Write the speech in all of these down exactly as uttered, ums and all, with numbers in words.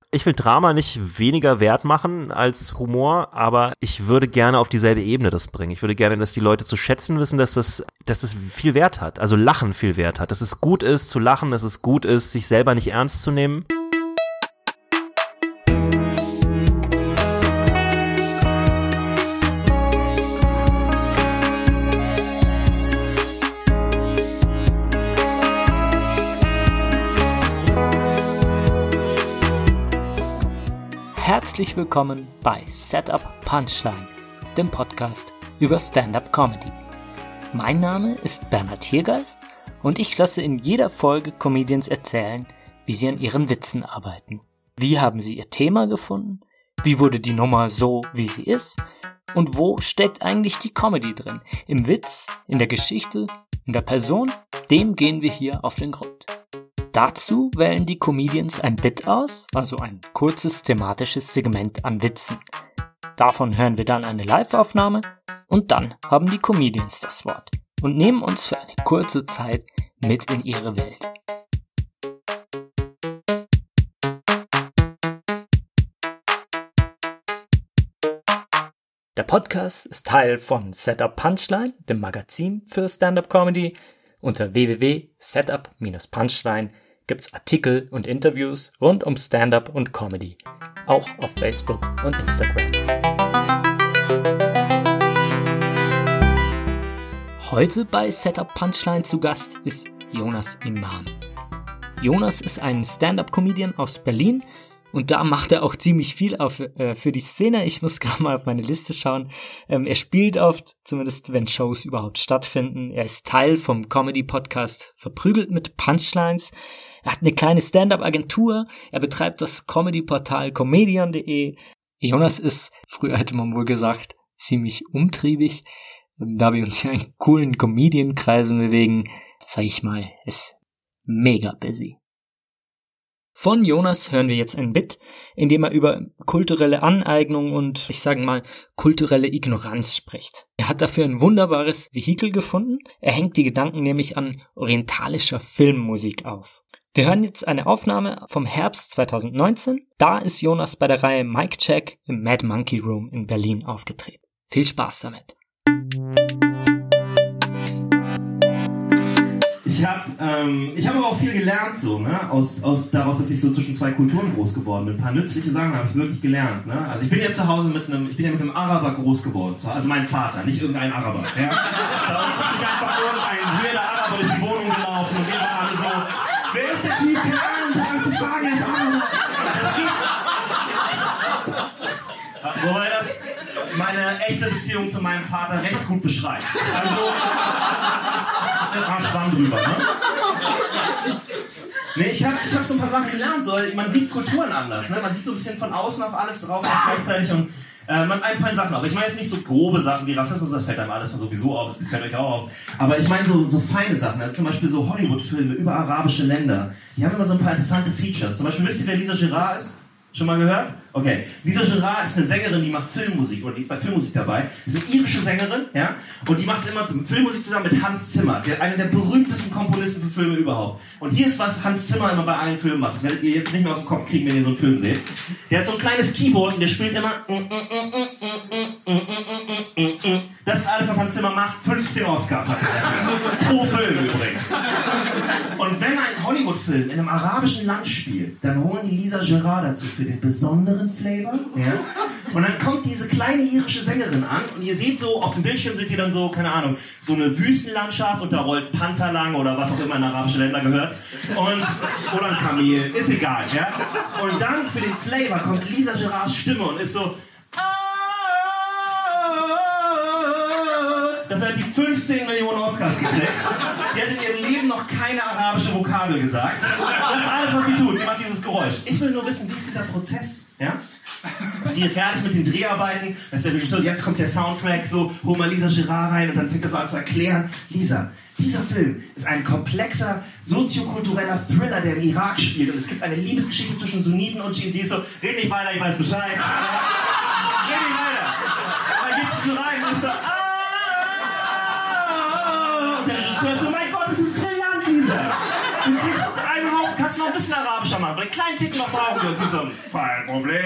Ich will Drama nicht weniger wert machen als Humor, aber ich würde gerne auf dieselbe Ebene das bringen. Ich würde gerne, dass die Leute zu schätzen wissen, dass das, dass das viel Wert hat, also Lachen viel Wert hat, dass es gut ist zu lachen, dass es gut ist, sich selber nicht ernst zu nehmen. Herzlich willkommen bei Setup Punchline, dem Podcast über Stand-Up-Comedy. Mein Name ist Bernhard Hiergeist und ich lasse in jeder Folge Comedians erzählen, wie sie an ihren Witzen arbeiten. Wie haben sie ihr Thema gefunden? Wie wurde die Nummer so, wie sie ist? Und wo steckt eigentlich die Comedy drin? Im Witz, in der Geschichte, in der Person? Dem gehen wir hier auf den Grund. Dazu wählen die Comedians ein Bit aus, also ein kurzes thematisches Segment an Witzen. Davon hören wir dann eine Live-Aufnahme und dann haben die Comedians das Wort und nehmen uns für eine kurze Zeit mit in ihre Welt. Der Podcast ist Teil von Setup Punchline, dem Magazin für Stand-Up-Comedy. Unter w w w punkt setup dash punchline gibt's Artikel und Interviews rund um Stand-Up und Comedy, auch auf Facebook und Instagram. Heute bei Setup Punchline zu Gast ist Jonas Imam. Jonas ist ein Stand-Up-Comedian aus Berlin und da macht er auch ziemlich viel auf, äh, für die Szene. Ich muss gerade mal auf meine Liste schauen. Ähm, er spielt oft, zumindest wenn Shows überhaupt stattfinden. Er ist Teil vom Comedy-Podcast Verprügelt mit Punchlines. Er hat eine kleine Stand-Up-Agentur. Er betreibt das Comedy-Portal comedian punkt de. Jonas ist, früher hätte man wohl gesagt, ziemlich umtriebig. Ähm, da wir uns ja in coolen Comedian-Kreisen bewegen, sag ich mal, ist mega busy. Von Jonas hören wir jetzt ein Bit, in dem er über kulturelle Aneignung und, ich sage mal, kulturelle Ignoranz spricht. Er hat dafür ein wunderbares Vehikel gefunden. Er hängt die Gedanken nämlich an orientalischer Filmmusik auf. Wir hören jetzt eine Aufnahme vom Herbst zwanzig neunzehn. Da ist Jonas bei der Reihe Mic Check im Mad Monkey Room in Berlin aufgetreten. Viel Spaß damit. Ich habe ähm, ich hab aber auch viel gelernt, so, ne? aus, aus daraus, dass ich so zwischen zwei Kulturen groß geworden bin. Ein paar nützliche Sachen habe ich wirklich gelernt. Ne? Also ich bin ja zu Hause mit einem, ich bin ja mit einem Araber groß geworden, also mein Vater, nicht irgendein Araber. Ja? Bei uns ist nicht einfach irgendein weirder Araber durch die Wohnung gelaufen und wir waren alle so, wer ist der Typ? Keine Ahnung, ich habe Angst zu fragen, er ist Araber. Wobei das meine echte Beziehung zu meinem Vater recht gut beschreibt. Also, ah, Schwamm drüber, ne? Nee, ich habe ich hab so ein paar Sachen gelernt. So, man sieht Kulturen anders, ne? Man sieht so ein bisschen von außen auf alles drauf und gleichzeitig und äh, man einem fallen Sachen auf. Ich meine jetzt nicht so grobe Sachen wie Rassismus, das fällt einem alles sowieso auf, das fällt euch auch auf. Aber ich meine so, so feine Sachen, also zum Beispiel so Hollywood-Filme über arabische Länder. Die haben immer so ein paar interessante Features. Zum Beispiel, wisst ihr, wer Lisa Gerrard ist? Schon mal gehört? Okay. Lisa Gerrard ist eine Sängerin, die macht Filmmusik, oder die ist bei Filmmusik dabei. Ist eine irische Sängerin, ja? Und die macht immer Filmmusik zusammen mit Hans Zimmer, der einer der berühmtesten Komponisten für Filme überhaupt. Und hier ist, was Hans Zimmer immer bei allen Filmen macht. Das werdet ihr jetzt nicht mehr aus dem Kopf kriegen, wenn ihr so einen Film seht. Der hat so ein kleines Keyboard und der spielt immer. Das ist alles, was Hans Zimmer macht. fünfzehn Oscars hat er. Pro Film übrigens. Und wenn ein Hollywood-Film in einem arabischen Land spielt, dann holen die Lisa Gerrard dazu für den besonderen Flavor. Ja? Und dann kommt diese kleine irische Sängerin an und ihr seht so, auf dem Bildschirm seht ihr dann so, keine Ahnung, so eine Wüstenlandschaft und da rollt Panther lang oder was auch immer in arabische Länder gehört. Und, oder ein Kamel, ist egal. Ja? Und dann für den Flavor kommt Lisa Gerrards Stimme und ist so, dafür hat die fünfzehn Millionen Oscars gekriegt. Die hat in ihrem Leben noch keine arabische Vokabel gesagt. Das ist alles, was sie tut. Sie macht dieses Geräusch. Ich will nur wissen, wie ist dieser Prozess? Ja? Sie ist fertig mit den Dreharbeiten. Das ist der Regisseur, jetzt kommt der Soundtrack, so, hol mal Lisa Gerrard rein und dann fängt er so an zu erklären. Lisa, dieser Film ist ein komplexer, soziokultureller Thriller, der im Irak spielt. Und es gibt eine Liebesgeschichte zwischen Sunniten und Schiiten. Sie ist so, red nicht weiter, ich weiß Bescheid. Red nicht weiter. Dann geht's so rein und ist so, ah! Und der Regisseur ist so, mein Gott, das ist brillant, Lisa. Du kriegst einen Haufen, kannst du noch ein bisschen arabischer machen. Einen kleinen Tick noch brauchen wir. Und sie so, kein Problem.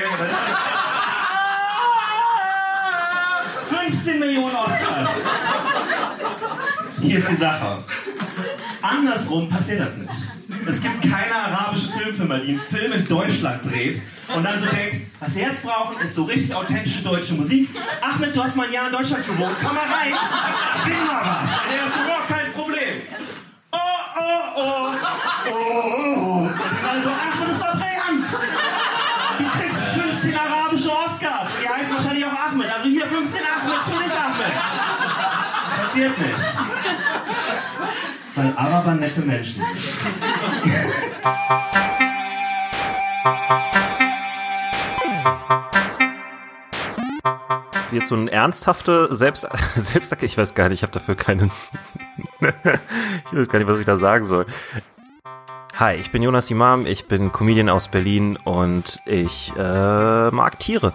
fünfzehn Millionen Oscars. Hier ist die Sache. Andersrum passiert das nicht. Es gibt keine arabische Filmfirma, die einen Film in Deutschland dreht und dann so denkt, was wir jetzt brauchen, ist so richtig authentische deutsche Musik. Ahmed, du hast mal ein Jahr in Deutschland gewohnt, komm mal rein, sing mal was. Und er ist überhaupt kein Problem. Oh, oh, oh, oh, oh. Und die waren so, Ahmed, das war brillant. Du kriegst fünfzehn arabische Oscars. Die heißen wahrscheinlich auch Ahmed. Also hier fünfzehn Ahmed, zu nicht Ahmed. Passiert nicht. Weil Araber nette Menschen sind. Jetzt so ein ernsthafte Selbst, Selbst ich weiß gar nicht, ich habe dafür keinen, ich weiß gar nicht, was ich da sagen soll. Hi, ich bin Jonas Imam, ich bin Comedian aus Berlin und ich äh, mag Tiere.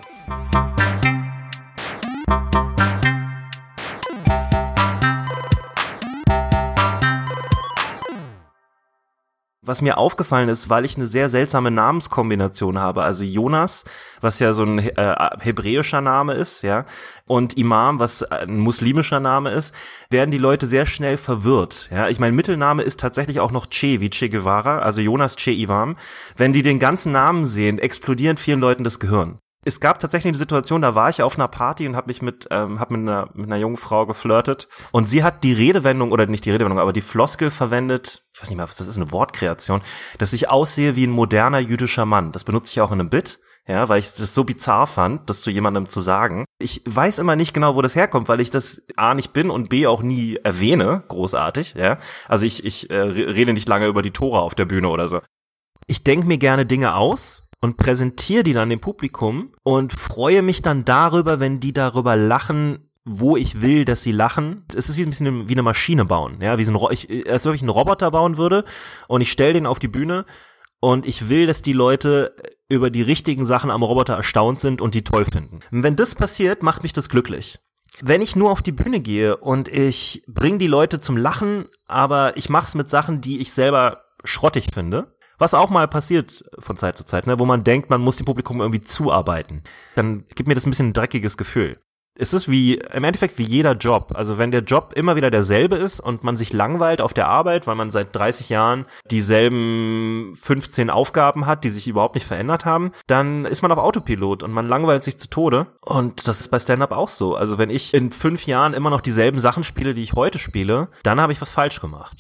Was mir aufgefallen ist, weil ich eine sehr seltsame Namenskombination habe, also Jonas, was ja so ein äh, hebräischer Name ist, ja, und Imam, was ein muslimischer Name ist, werden die Leute sehr schnell verwirrt, ja. Ich mein Mittelname ist tatsächlich auch noch Che, wie Che Guevara, also Jonas Che Imam. Wenn die den ganzen Namen sehen, explodieren vielen Leuten das Gehirn. Es gab tatsächlich eine Situation, da war ich auf einer Party und habe mich mit, ähm, hab mit einer, mit einer jungen Frau geflirtet und sie hat die Redewendung, oder nicht die Redewendung, aber die Floskel verwendet, ich weiß nicht mehr, was das ist, eine Wortkreation, dass ich aussehe wie ein moderner jüdischer Mann. Das benutze ich auch in einem Bit, ja, weil ich das so bizarr fand, das zu jemandem zu sagen. Ich weiß immer nicht genau, wo das herkommt, weil ich das A nicht bin und B auch nie erwähne, großartig, ja. Also ich, ich äh, rede nicht lange über die Tora auf der Bühne oder so. Ich denke mir gerne Dinge aus und präsentiere die dann dem Publikum und freue mich dann darüber, wenn die darüber lachen, wo ich will, dass sie lachen. Es ist wie ein bisschen wie eine Maschine bauen, ja, wie so ein Ro- ich, als ob ich einen Roboter bauen würde und ich stelle den auf die Bühne und ich will, dass die Leute über die richtigen Sachen am Roboter erstaunt sind und die toll finden. Und wenn das passiert, macht mich das glücklich. Wenn ich nur auf die Bühne gehe und ich bringe die Leute zum Lachen, aber ich mache es mit Sachen, die ich selber schrottig finde, was auch mal passiert von Zeit zu Zeit, ne, wo man denkt, man muss dem Publikum irgendwie zuarbeiten. Dann gibt mir das ein bisschen ein dreckiges Gefühl. Es ist wie, im Endeffekt wie jeder Job. Also wenn der Job immer wieder derselbe ist und man sich langweilt auf der Arbeit, weil man seit dreißig Jahren dieselben fünfzehn Aufgaben hat, die sich überhaupt nicht verändert haben, dann ist man auf Autopilot und man langweilt sich zu Tode. Und das ist bei Stand-Up auch so. Also wenn ich in fünf Jahren immer noch dieselben Sachen spiele, die ich heute spiele, dann habe ich was falsch gemacht.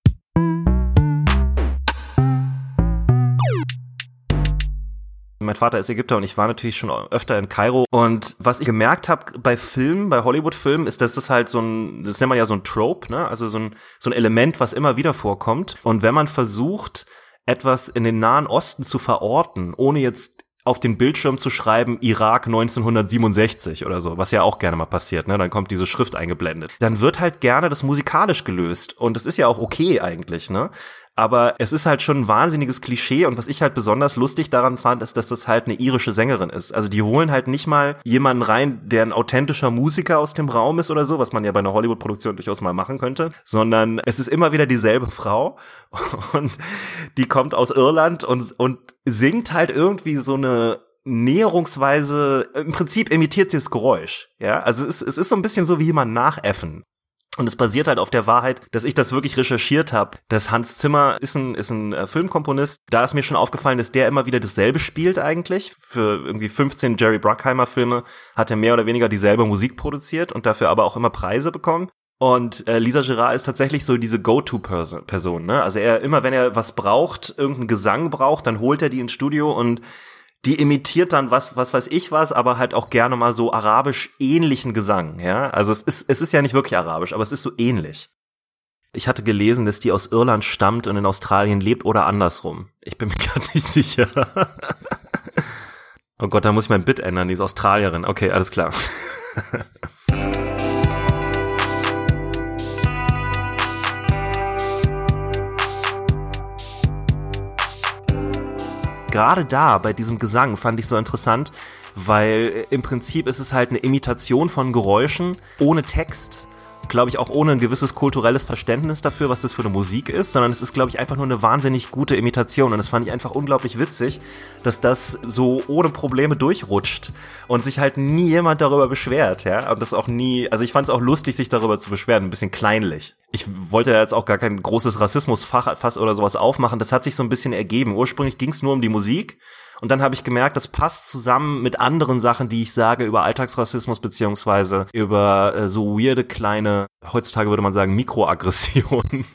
Mein Vater ist Ägypter und ich war natürlich schon öfter in Kairo. Und was ich gemerkt habe bei Filmen, bei Hollywood-Filmen, ist, dass das halt so ein, das nennt man ja so ein Trope, ne? Also so ein, so ein Element, was immer wieder vorkommt. Und wenn man versucht, etwas in den Nahen Osten zu verorten, ohne jetzt auf den Bildschirm zu schreiben, Irak neunzehnhundertsiebenundsechzig oder so, was ja auch gerne mal passiert, ne? Dann kommt diese Schrift eingeblendet. Dann wird halt gerne das musikalisch gelöst. Und das ist ja auch okay eigentlich, ne? Aber es ist halt schon ein wahnsinniges Klischee und was ich halt besonders lustig daran fand, ist, dass das halt eine irische Sängerin ist. Also die holen halt nicht mal jemanden rein, der ein authentischer Musiker aus dem Raum ist oder so, was man ja bei einer Hollywood-Produktion durchaus mal machen könnte, sondern es ist immer wieder dieselbe Frau und die kommt aus Irland und, und singt halt irgendwie so eine Näherungsweise, im Prinzip imitiert sie das Geräusch, ja, also es, es ist so ein bisschen so wie jemand nachäffen. Und es basiert halt auf der Wahrheit, dass ich das wirklich recherchiert habe. Dass Hans Zimmer ist ein, ist ein äh, Filmkomponist. Da ist mir schon aufgefallen, dass der immer wieder dasselbe spielt eigentlich. Für irgendwie fünfzehn Jerry Bruckheimer Filme hat er mehr oder weniger dieselbe Musik produziert und dafür aber auch immer Preise bekommen. Und äh, Lisa Gerrard ist tatsächlich so diese Go-To-Person, ne? Also er immer, wenn er was braucht, irgendeinen Gesang braucht, dann holt er die ins Studio und die imitiert dann was, was weiß ich was, aber halt auch gerne mal so arabisch ähnlichen Gesang, ja. Also es ist, es ist ja nicht wirklich arabisch, aber es ist so ähnlich. Ich hatte gelesen, dass die aus Irland stammt und in Australien lebt oder andersrum. Ich bin mir gerade nicht sicher. Oh Gott, da muss ich mein Bit ändern, die ist Australierin. Okay, alles klar. Gerade da, bei diesem Gesang, fand ich so interessant, weil im Prinzip ist es halt eine Imitation von Geräuschen ohne Text glaube ich, auch ohne ein gewisses kulturelles Verständnis dafür, was das für eine Musik ist, sondern es ist, glaube ich, einfach nur eine wahnsinnig gute Imitation und das fand ich einfach unglaublich witzig, dass das so ohne Probleme durchrutscht und sich halt nie jemand darüber beschwert, ja, und das auch nie, also ich fand es auch lustig, sich darüber zu beschweren, ein bisschen kleinlich. Ich wollte da jetzt auch gar kein großes Rassismusfass oder sowas aufmachen, das hat sich so ein bisschen ergeben. Ursprünglich ging es nur um die Musik. Und dann habe ich gemerkt, das passt zusammen mit anderen Sachen, die ich sage über Alltagsrassismus beziehungsweise über äh, so weirde kleine, heutzutage würde man sagen, Mikroaggressionen.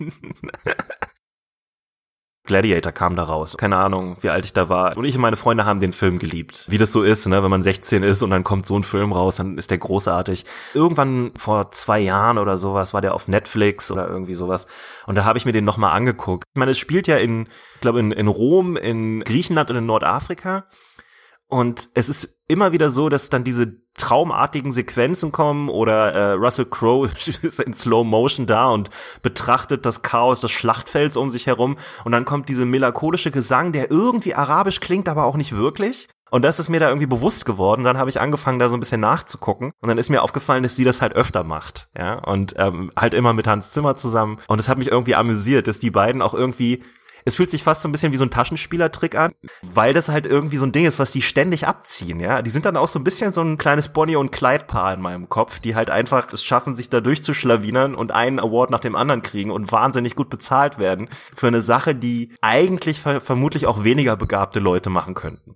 Gladiator kam da raus. Keine Ahnung, wie alt ich da war. Und ich und meine Freunde haben den Film geliebt. Wie das so ist, ne, wenn man sechzehn ist und dann kommt so ein Film raus, dann ist der großartig. Irgendwann vor zwei Jahren oder sowas war der auf Netflix oder irgendwie sowas. Und da habe ich mir den nochmal angeguckt. Ich meine, es spielt ja in, ich glaube, in, in Rom, in Griechenland und in Nordafrika. Und es ist immer wieder so, dass dann diese traumartigen Sequenzen kommen oder äh, Russell Crowe ist in Slow Motion da und betrachtet das Chaos des Schlachtfelds um sich herum und dann kommt diese melancholische Gesang, der irgendwie arabisch klingt, aber auch nicht wirklich. Und das ist mir da irgendwie bewusst geworden. Dann habe ich angefangen, da so ein bisschen nachzugucken. Und dann ist mir aufgefallen, dass sie das halt öfter macht. Ja, und ähm, halt immer mit Hans Zimmer zusammen. Und es hat mich irgendwie amüsiert, dass die beiden auch irgendwie, es fühlt sich fast so ein bisschen wie so ein Taschenspielertrick an, weil das halt irgendwie so ein Ding ist, was die ständig abziehen, ja. Die sind dann auch so ein bisschen so ein kleines Bonnie- und Clyde-Paar in meinem Kopf, die halt einfach es schaffen, sich da durchzuschlawinern und einen Award nach dem anderen kriegen und wahnsinnig gut bezahlt werden für eine Sache, die eigentlich ver- vermutlich auch weniger begabte Leute machen könnten.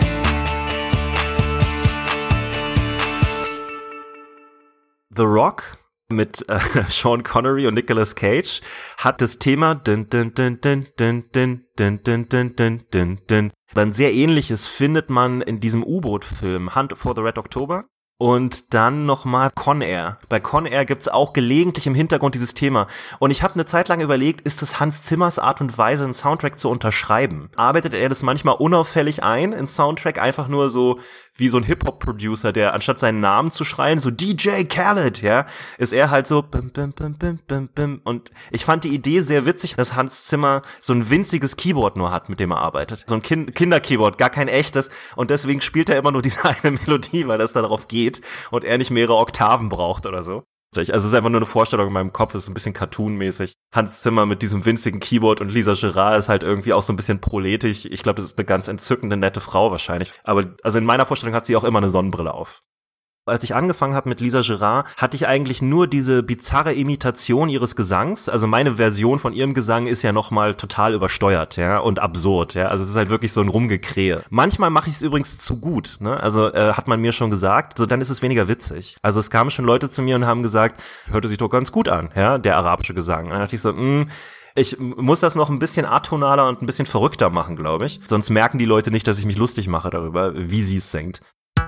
The Rock mit äh, Sean Connery und Nicolas Cage hat das Thema din, din, din, din, din, din, din, din, din, din, din, din. Ein sehr ähnliches findet man in diesem U-Boot-Film Hunt for the Red October. Und dann nochmal Con Air. Bei Con Air gibt's auch gelegentlich im Hintergrund dieses Thema. Und ich habe eine Zeit lang überlegt, ist das Hans Zimmers Art und Weise, einen Soundtrack zu unterschreiben? Arbeitet er das manchmal unauffällig ein, in Soundtrack einfach nur so wie so ein Hip-Hop-Producer, der anstatt seinen Namen zu schreien, so D J Khaled, ja, ist er halt so bim, bim, bim, bim, bim, bim. Und ich fand die Idee sehr witzig, dass Hans Zimmer so ein winziges Keyboard nur hat, mit dem er arbeitet. So ein kind- Kinder-Keyboard, gar kein echtes. Und deswegen spielt er immer nur diese eine Melodie, weil das darauf geht und er nicht mehrere Oktaven braucht oder so. Also es ist einfach nur eine Vorstellung in meinem Kopf, es ist ein bisschen cartoonmäßig. Hans Zimmer mit diesem winzigen Keyboard und Lisa Gerard ist halt irgendwie auch so ein bisschen proletisch. Ich glaube, das ist eine ganz entzückende, nette Frau wahrscheinlich. Aber also in meiner Vorstellung hat sie auch immer eine Sonnenbrille auf. Als ich angefangen habe mit Lisa Gerard, hatte ich eigentlich nur diese bizarre Imitation ihres Gesangs. Also meine Version von ihrem Gesang ist ja nochmal total übersteuert, ja, und absurd, ja. Also es ist halt wirklich so ein Rumgekrähe. Manchmal mache ich es übrigens zu gut, ne. Also äh, hat man mir schon gesagt, so dann ist es weniger witzig. Also es kamen schon Leute zu mir und haben gesagt, hörte sich doch ganz gut an, ja, der arabische Gesang. Und dann dachte ich so, mh, ich muss das noch ein bisschen atonaler und ein bisschen verrückter machen, glaube ich. Sonst merken die Leute nicht, dass ich mich lustig mache darüber, wie sie es singt.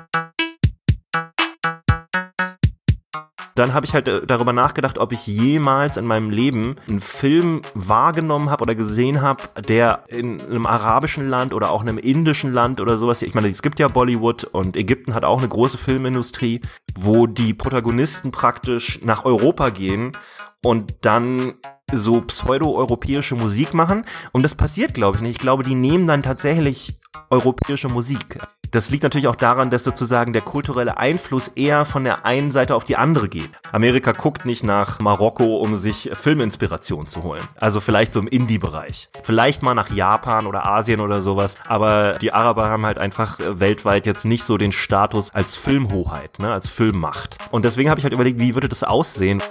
Dann habe ich halt darüber nachgedacht, ob ich jemals in meinem Leben einen Film wahrgenommen habe oder gesehen habe, der in einem arabischen Land oder auch einem indischen Land oder sowas, ich meine, es gibt ja Bollywood und Ägypten hat auch eine große Filmindustrie, wo die Protagonisten praktisch nach Europa gehen und dann so pseudo-europäische Musik machen. Und das passiert, glaube ich, nicht. Ich glaube, die nehmen dann tatsächlich europäische Musik. Das liegt natürlich auch daran, dass sozusagen der kulturelle Einfluss eher von der einen Seite auf die andere geht. Amerika guckt nicht nach Marokko, um sich Filminspiration zu holen. Also vielleicht so im Indie-Bereich. Vielleicht mal nach Japan oder Asien oder sowas. Aber die Araber haben halt einfach weltweit jetzt nicht so den Status als Filmhoheit, ne, als Filmmacht. Und deswegen habe ich halt überlegt, wie würde das aussehen?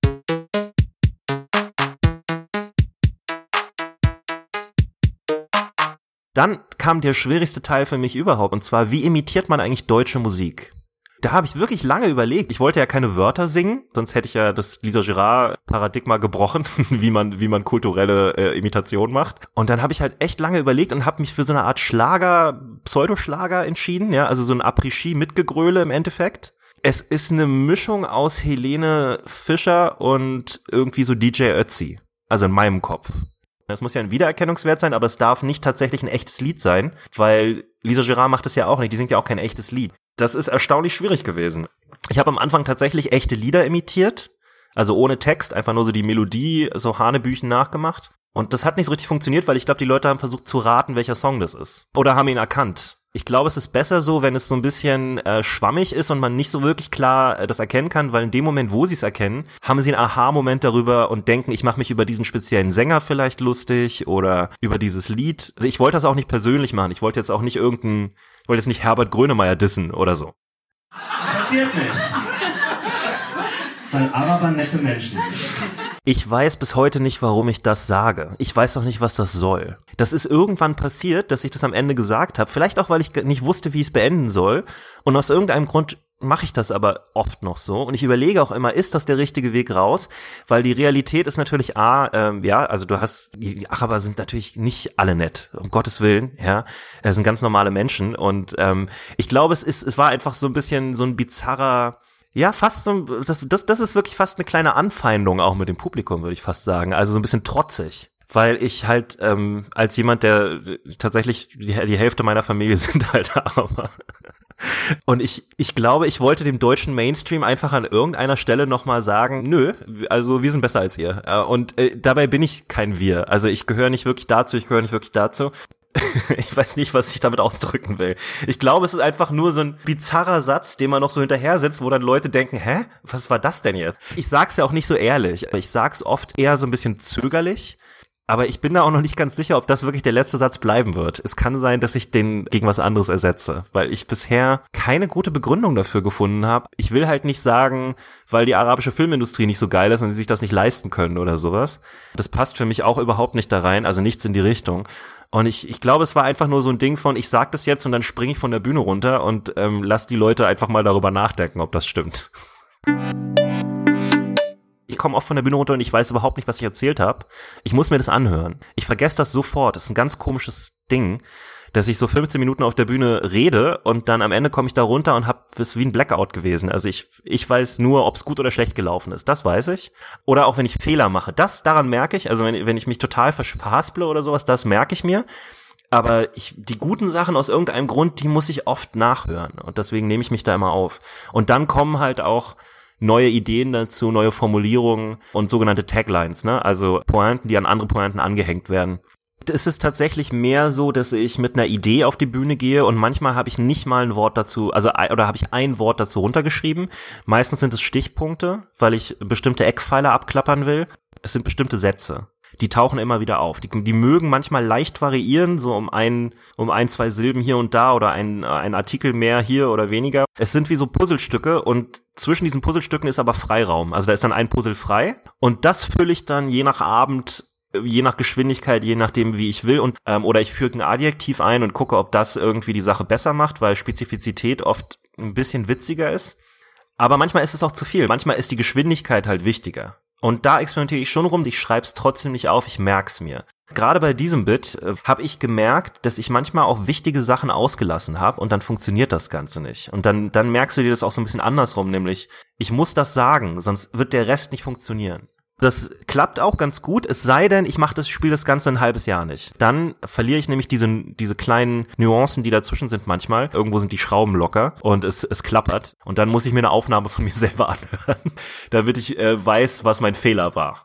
Dann kam der schwierigste Teil für mich überhaupt, und zwar, wie imitiert man eigentlich deutsche Musik? Da habe ich wirklich lange überlegt. Ich wollte ja keine Wörter singen, sonst hätte ich ja das Lisa Gerard-Paradigma gebrochen, wie man wie man kulturelle äh, Imitation macht. Und dann habe ich halt echt lange überlegt und habe mich für so eine Art Schlager, Pseudoschlager entschieden, ja, also so ein Après-Ski mit Gegröle im Endeffekt. Es ist eine Mischung aus Helene Fischer und irgendwie so D J Ötzi, also in meinem Kopf. Es muss ja ein Wiedererkennungswert sein, aber es darf nicht tatsächlich ein echtes Lied sein, weil Lisa Gerard macht es ja auch nicht, die singt ja auch kein echtes Lied. Das ist erstaunlich schwierig gewesen. Ich habe am Anfang tatsächlich echte Lieder imitiert, also ohne Text, einfach nur so die Melodie, so Hanebüchen nachgemacht. Und das hat nicht so richtig funktioniert, weil ich glaube, die Leute haben versucht zu raten, welcher Song das ist. Oder haben ihn erkannt. Ich glaube, es ist besser so, wenn es so ein bisschen äh, schwammig ist und man nicht so wirklich klar äh, das erkennen kann, weil in dem Moment, wo sie es erkennen, haben sie einen Aha-Moment darüber und denken, ich mache mich über diesen speziellen Sänger vielleicht lustig oder über dieses Lied. Also ich wollte das auch nicht persönlich machen. Ich wollte jetzt auch nicht irgendein, ich wollte jetzt nicht Herbert Grönemeyer dissen oder so. Passiert nicht. Weil Araber nette Menschen. Ich weiß bis heute nicht, warum ich das sage. Ich weiß auch nicht, was das soll. Das ist irgendwann passiert, dass ich das am Ende gesagt habe. Vielleicht auch, weil ich nicht wusste, wie ich es beenden soll. Und aus irgendeinem Grund mache ich das aber oft noch so. Und ich überlege auch immer, ist das der richtige Weg raus? Weil die Realität ist natürlich A, ähm, ja, also du hast, die Araber sind natürlich nicht alle nett, um Gottes Willen, ja. Es sind ganz normale Menschen. Und ähm, ich glaube, es ist, es war einfach so ein bisschen so ein bizarrer, ja, fast so, das, das, das ist wirklich fast eine kleine Anfeindung auch mit dem Publikum, würde ich fast sagen. Also so ein bisschen trotzig. Weil ich halt, ähm, als jemand, der tatsächlich, die, die Hälfte meiner Familie sind halt Araber. Und ich, ich glaube, ich wollte dem deutschen Mainstream einfach an irgendeiner Stelle nochmal sagen, nö, also wir sind besser als ihr. Und äh, dabei bin ich kein Wir. Also ich gehöre nicht wirklich dazu, ich gehöre nicht wirklich dazu. Ich weiß nicht, was ich damit ausdrücken will. Ich glaube, es ist einfach nur so ein bizarrer Satz, den man noch so hinterher setzt, wo dann Leute denken, hä, was war das denn jetzt? Ich sag's ja auch nicht so ehrlich. Ich sag's oft eher so ein bisschen zögerlich. Aber ich bin da auch noch nicht ganz sicher, ob das wirklich der letzte Satz bleiben wird. Es kann sein, dass ich den gegen was anderes ersetze, weil ich bisher keine gute Begründung dafür gefunden habe. Ich will halt nicht sagen, weil die arabische Filmindustrie nicht so geil ist und sie sich das nicht leisten können oder sowas. Das passt für mich auch überhaupt nicht da rein, also nichts in die Richtung. Und ich, ich glaube, es war einfach nur so ein Ding von, ich sag das jetzt und dann springe ich von der Bühne runter und ähm, lass die Leute einfach mal darüber nachdenken, ob das stimmt. Ich komme oft von der Bühne runter und ich weiß überhaupt nicht, was ich erzählt habe. Ich muss mir das anhören. Ich vergesse das sofort. Das ist ein ganz komisches Ding, dass ich so fünfzehn Minuten auf der Bühne rede und dann am Ende komme ich da runter und hab, das ist wie ein Blackout gewesen. Also ich ich weiß nur, ob es gut oder schlecht gelaufen ist. Das weiß ich. Oder auch wenn ich Fehler mache. Das, daran merke ich. Also wenn, wenn ich mich total verhasple oder sowas, das merke ich mir. Aber ich, die guten Sachen aus irgendeinem Grund, die muss ich oft nachhören. Und deswegen nehme ich mich da immer auf. Und dann kommen halt auch neue Ideen dazu, neue Formulierungen und sogenannte Taglines, ne? Also Pointen, die an andere Pointen angehängt werden. Es ist tatsächlich mehr so, dass ich mit einer Idee auf die Bühne gehe und manchmal habe ich nicht mal ein Wort dazu, also oder habe ich ein Wort dazu runtergeschrieben. Meistens sind es Stichpunkte, weil ich bestimmte Eckpfeiler abklappern will. Es sind bestimmte Sätze. Die tauchen immer wieder auf. Die, die mögen manchmal leicht variieren, so um ein, um ein, zwei Silben hier und da oder ein, ein Artikel mehr hier oder weniger. Es sind wie so Puzzlestücke und zwischen diesen Puzzlestücken ist aber Freiraum. Also da ist dann ein Puzzle frei und das fülle ich dann je nach Abend, je nach Geschwindigkeit, je nachdem, wie ich will und ähm, oder ich füge ein Adjektiv ein und gucke, ob das irgendwie die Sache besser macht, weil Spezifizität oft ein bisschen witziger ist. Aber manchmal ist es auch zu viel. Manchmal ist die Geschwindigkeit halt wichtiger. Und da experimentiere ich schon rum, ich schreibe es trotzdem nicht auf, ich merk's mir. Gerade bei diesem Bit äh, habe ich gemerkt, dass ich manchmal auch wichtige Sachen ausgelassen habe und dann funktioniert das Ganze nicht. Und dann dann merkst du dir das auch so ein bisschen andersrum, nämlich ich muss das sagen, sonst wird der Rest nicht funktionieren. Das klappt auch ganz gut, es sei denn, ich mache das Spiel das Ganze ein halbes Jahr nicht. Dann verliere ich nämlich diese diese kleinen Nuancen, die dazwischen sind manchmal. Irgendwo sind die Schrauben locker und es es klappert. Und dann muss ich mir eine Aufnahme von mir selber anhören, damit ich äh, weiß, was mein Fehler war.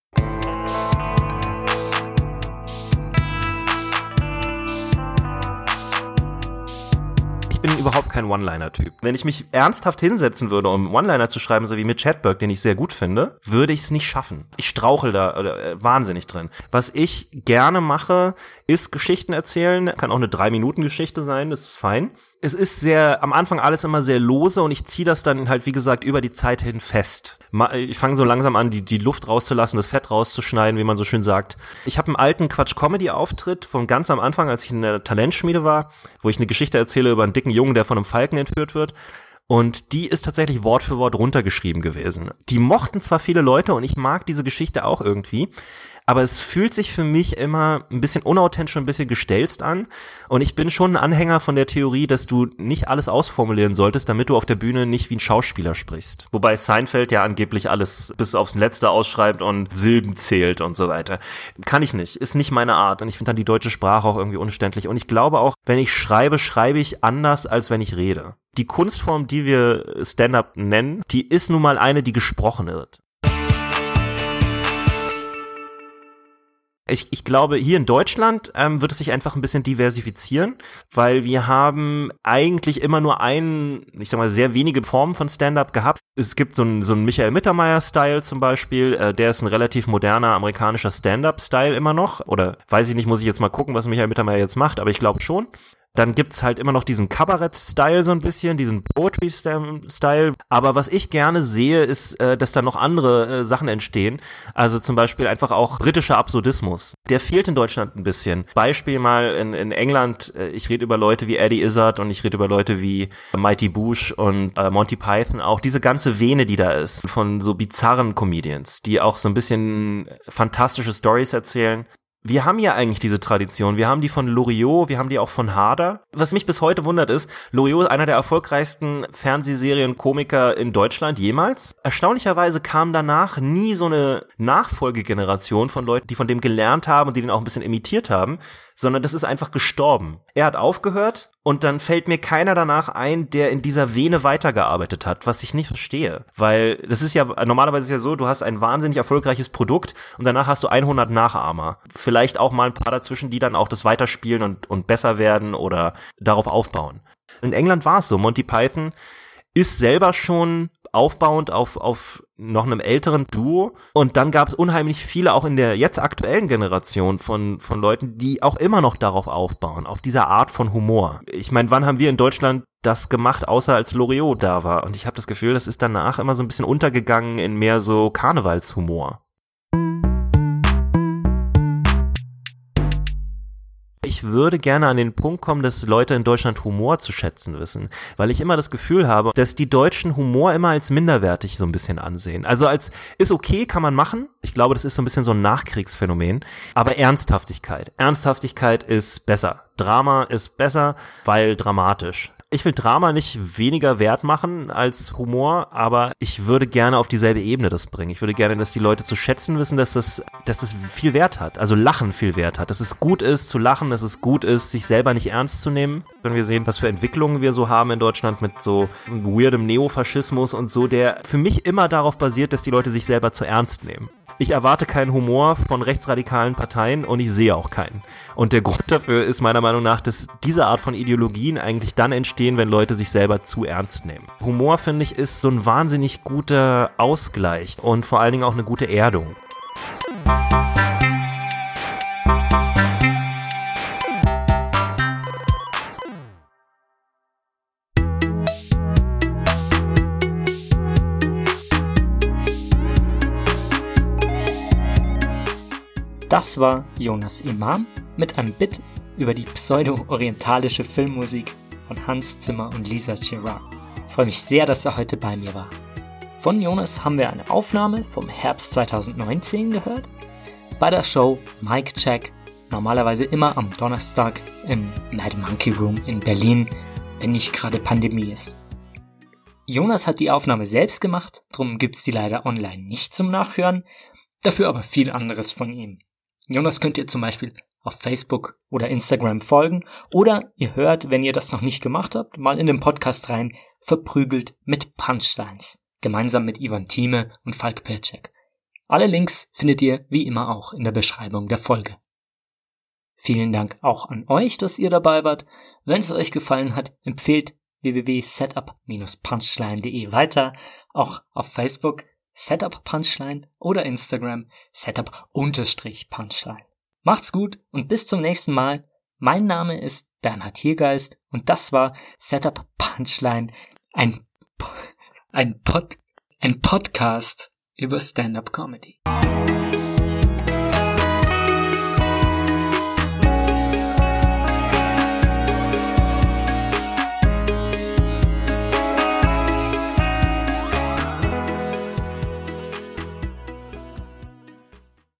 Ich bin überhaupt kein One-Liner-Typ. Wenn ich mich ernsthaft hinsetzen würde, um One-Liner zu schreiben, so wie mit Chatberg, den ich sehr gut finde, würde ich es nicht schaffen. Ich strauchel da äh, wahnsinnig drin. Was ich gerne mache, ist Geschichten erzählen. Kann auch eine Drei-Minuten-Geschichte sein, das ist fein. Es ist sehr, am Anfang alles immer sehr lose und ich ziehe das dann halt, wie gesagt, über die Zeit hin fest. Ich fange so langsam an, die, die Luft rauszulassen, das Fett rauszuschneiden, wie man so schön sagt. Ich habe einen alten Quatsch-Comedy-Auftritt von ganz am Anfang, als ich in der Talentschmiede war, wo ich eine Geschichte erzähle über einen dicken Jungen, der von einem Falken entführt wird. Und die ist tatsächlich Wort für Wort runtergeschrieben gewesen. Die mochten zwar viele Leute und ich mag diese Geschichte auch irgendwie, aber es fühlt sich für mich immer ein bisschen unauthentisch und ein bisschen gestelzt an. Und ich bin schon ein Anhänger von der Theorie, dass du nicht alles ausformulieren solltest, damit du auf der Bühne nicht wie ein Schauspieler sprichst. Wobei Seinfeld ja angeblich alles bis aufs Letzte ausschreibt und Silben zählt und so weiter. Kann ich nicht, ist nicht meine Art. Und ich finde dann die deutsche Sprache auch irgendwie unverständlich. Und ich glaube auch, wenn ich schreibe, schreibe ich anders, als wenn ich rede. Die Kunstform, die wir Stand-up nennen, die ist nun mal eine, die gesprochen wird. Ich, ich glaube, hier in Deutschland ähm, wird es sich einfach ein bisschen diversifizieren, weil wir haben eigentlich immer nur einen, ich sag mal, sehr wenige Formen von Stand-up gehabt. Es gibt so einen so einen Michael Mittermeier-Style zum Beispiel, äh, der ist ein relativ moderner amerikanischer Stand-up-Style immer noch. Oder weiß ich nicht, muss ich jetzt mal gucken, was Michael Mittermeier jetzt macht, aber ich glaube schon. Dann gibt's halt immer noch diesen Kabarett-Style so ein bisschen, diesen Poetry-Style. Aber was ich gerne sehe, ist, äh, dass da noch andere äh, Sachen entstehen. Also zum Beispiel einfach auch britischer Absurdismus. Der fehlt in Deutschland ein bisschen. Beispiel mal in, in England, äh, ich rede über Leute wie Eddie Izzard und ich rede über Leute wie Mighty Boosh und äh, Monty Python. Auch diese ganze Vene, die da ist, von so bizarren Comedians, die auch so ein bisschen fantastische Stories erzählen. Wir haben ja eigentlich diese Tradition. Wir haben die von Loriot, wir haben die auch von Harder. Was mich bis heute wundert ist, Loriot ist einer der erfolgreichsten Fernsehserien-Komiker in Deutschland jemals. Erstaunlicherweise kam danach nie so eine Nachfolgegeneration von Leuten, die von dem gelernt haben und die den auch ein bisschen imitiert haben, sondern das ist einfach gestorben. Er hat aufgehört und dann fällt mir keiner danach ein, der in dieser Vene weitergearbeitet hat, was ich nicht verstehe. Weil das ist ja, normalerweise ist ja so, du hast ein wahnsinnig erfolgreiches Produkt und danach hast du hundert Nachahmer. Vielleicht auch mal ein paar dazwischen, die dann auch das weiterspielen und, und besser werden oder darauf aufbauen. In England war es so, Monty Python ist selber schon aufbauend auf auf noch einem älteren Duo und dann gab es unheimlich viele auch in der jetzt aktuellen Generation von von Leuten, die auch immer noch darauf aufbauen, auf dieser Art von Humor. Ich meine, wann haben wir in Deutschland das gemacht, außer als Loriot da war? Und ich habe das Gefühl, das ist danach immer so ein bisschen untergegangen in mehr so Karnevalshumor. Ich würde gerne an den Punkt kommen, dass Leute in Deutschland Humor zu schätzen wissen, weil ich immer das Gefühl habe, dass die Deutschen Humor immer als minderwertig so ein bisschen ansehen. Also als ist okay, kann man machen. Ich glaube, das ist so ein bisschen so ein Nachkriegsphänomen. Aber Ernsthaftigkeit. Ernsthaftigkeit ist besser. Drama ist besser, weil dramatisch. Ich will Drama nicht weniger wert machen als Humor, aber ich würde gerne auf dieselbe Ebene das bringen. Ich würde gerne, dass die Leute zu schätzen wissen, dass das, dass das viel Wert hat. Also Lachen viel Wert hat. Dass es gut ist zu lachen, dass es gut ist, sich selber nicht ernst zu nehmen. Wenn wir sehen, was für Entwicklungen wir so haben in Deutschland mit so weirdem Neofaschismus und so, der für mich immer darauf basiert, dass die Leute sich selber zu ernst nehmen. Ich erwarte keinen Humor von rechtsradikalen Parteien und ich sehe auch keinen. Und der Grund dafür ist meiner Meinung nach, dass diese Art von Ideologien eigentlich dann entstehen, wenn Leute sich selber zu ernst nehmen. Humor, finde ich, ist so ein wahnsinnig guter Ausgleich und vor allen Dingen auch eine gute Erdung. Das war Jonas Imam mit einem Bit über die pseudo-orientalische Filmmusik von Hans Zimmer und Lisa Gerrard. Ich freue mich sehr, dass er heute bei mir war. Von Jonas haben wir eine Aufnahme vom Herbst zweitausendneunzehn gehört. Bei der Show Mic Check, normalerweise immer am Donnerstag im Mad Monkey Room in Berlin, wenn nicht gerade Pandemie ist. Jonas hat die Aufnahme selbst gemacht, drum gibt's die leider online nicht zum Nachhören, dafür aber viel anderes von ihm. Jonas könnt ihr zum Beispiel auf Facebook oder Instagram folgen oder ihr hört, wenn ihr das noch nicht gemacht habt, mal in den Podcast rein, Verprügelt mit Punchlines, gemeinsam mit Ivan Thieme und Falk Pircek. Alle Links findet ihr wie immer auch in der Beschreibung der Folge. Vielen Dank auch an euch, dass ihr dabei wart. Wenn es euch gefallen hat, empfehlt w w w punkt setup Bindestrich punchline punkt de weiter, auch auf Facebook Setup Punchline oder Instagram Setup Unterstrich Punchline. Macht's gut und bis zum nächsten Mal. Mein Name ist Bernhard Hiergeist und das war Setup Punchline, ein, ein, Pod, ein Podcast über Stand-Up Comedy.